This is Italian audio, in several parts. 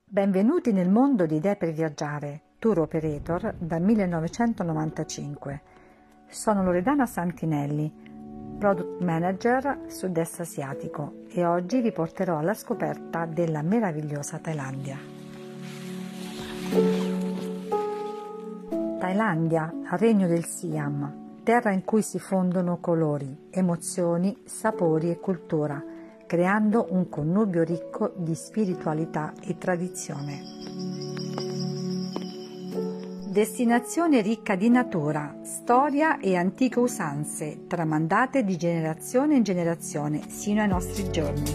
Benvenuti nel mondo di Idee per Viaggiare, Tour Operator dal 1995. Sono Loredana Santinelli, Product Manager Sud-Est Asiatico e oggi vi porterò alla scoperta della meravigliosa Thailandia. Thailandia, regno del Siam, terra in cui si fondono colori, emozioni, sapori e cultura, creando un connubio ricco di spiritualità e tradizione. Destinazione ricca di natura, storia e antiche usanze, tramandate di generazione in generazione sino ai nostri giorni.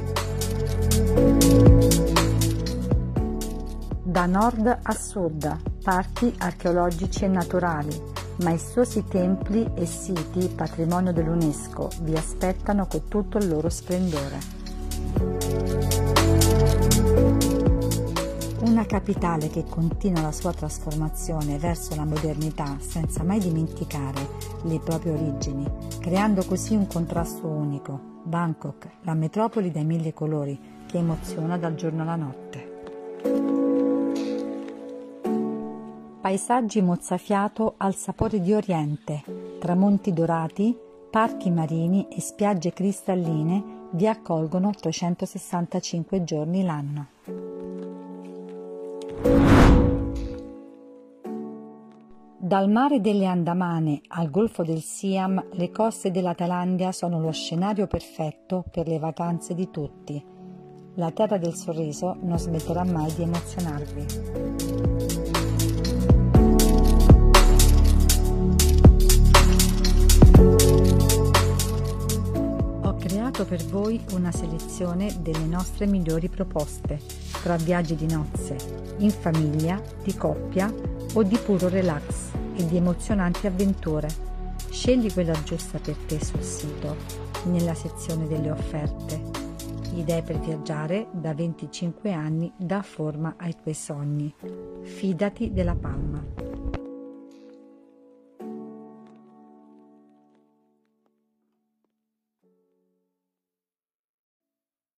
Da nord a sud, parchi archeologici e naturali, maestosi templi e siti patrimonio dell'UNESCO vi aspettano con tutto il loro splendore. Una capitale che continua la sua trasformazione verso la modernità senza mai dimenticare le proprie origini, creando così un contrasto unico. Bangkok, la metropoli dai mille colori che emoziona dal giorno alla notte. Paesaggi mozzafiato al sapore di Oriente, tramonti dorati, parchi marini e spiagge cristalline vi accolgono 365 giorni l'anno. Dal mare delle Andamane al golfo del Siam, le coste della Thailandia sono lo scenario perfetto per le vacanze di tutti. La terra del sorriso non smetterà mai di emozionarvi. Ho creato per voi una selezione delle nostre migliori proposte, tra viaggi di nozze, in famiglia, di coppia o di puro relax e di emozionanti avventure. Scegli quella giusta per te sul sito, nella sezione delle offerte. Idee per viaggiare da 25 anni dà forma ai tuoi sogni. Fidati della Palma.